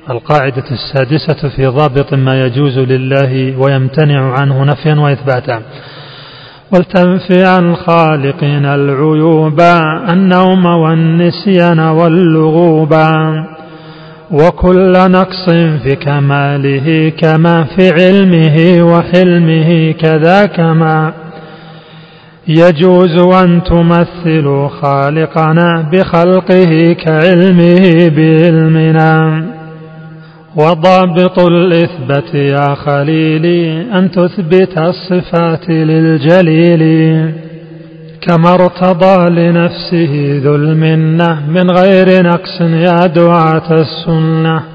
القاعدة السادسة في ضابط ما يجوز لله ويمتنع عنه نفيا وإثباتا. ولتنفي عن الخالقين العيوب النوم والنسيان واللغوب وكل نقص في كماله كما في علمه وحلمه كذا كما يجوز أن تمثل خالقنا بخلقه كعلمه بعلمنا. وضابط الإثبات يا خليلي أن تثبت الصفات للجليل كما ارتضى لنفسه ذو المنة من غير نقص يا دعاة السنة.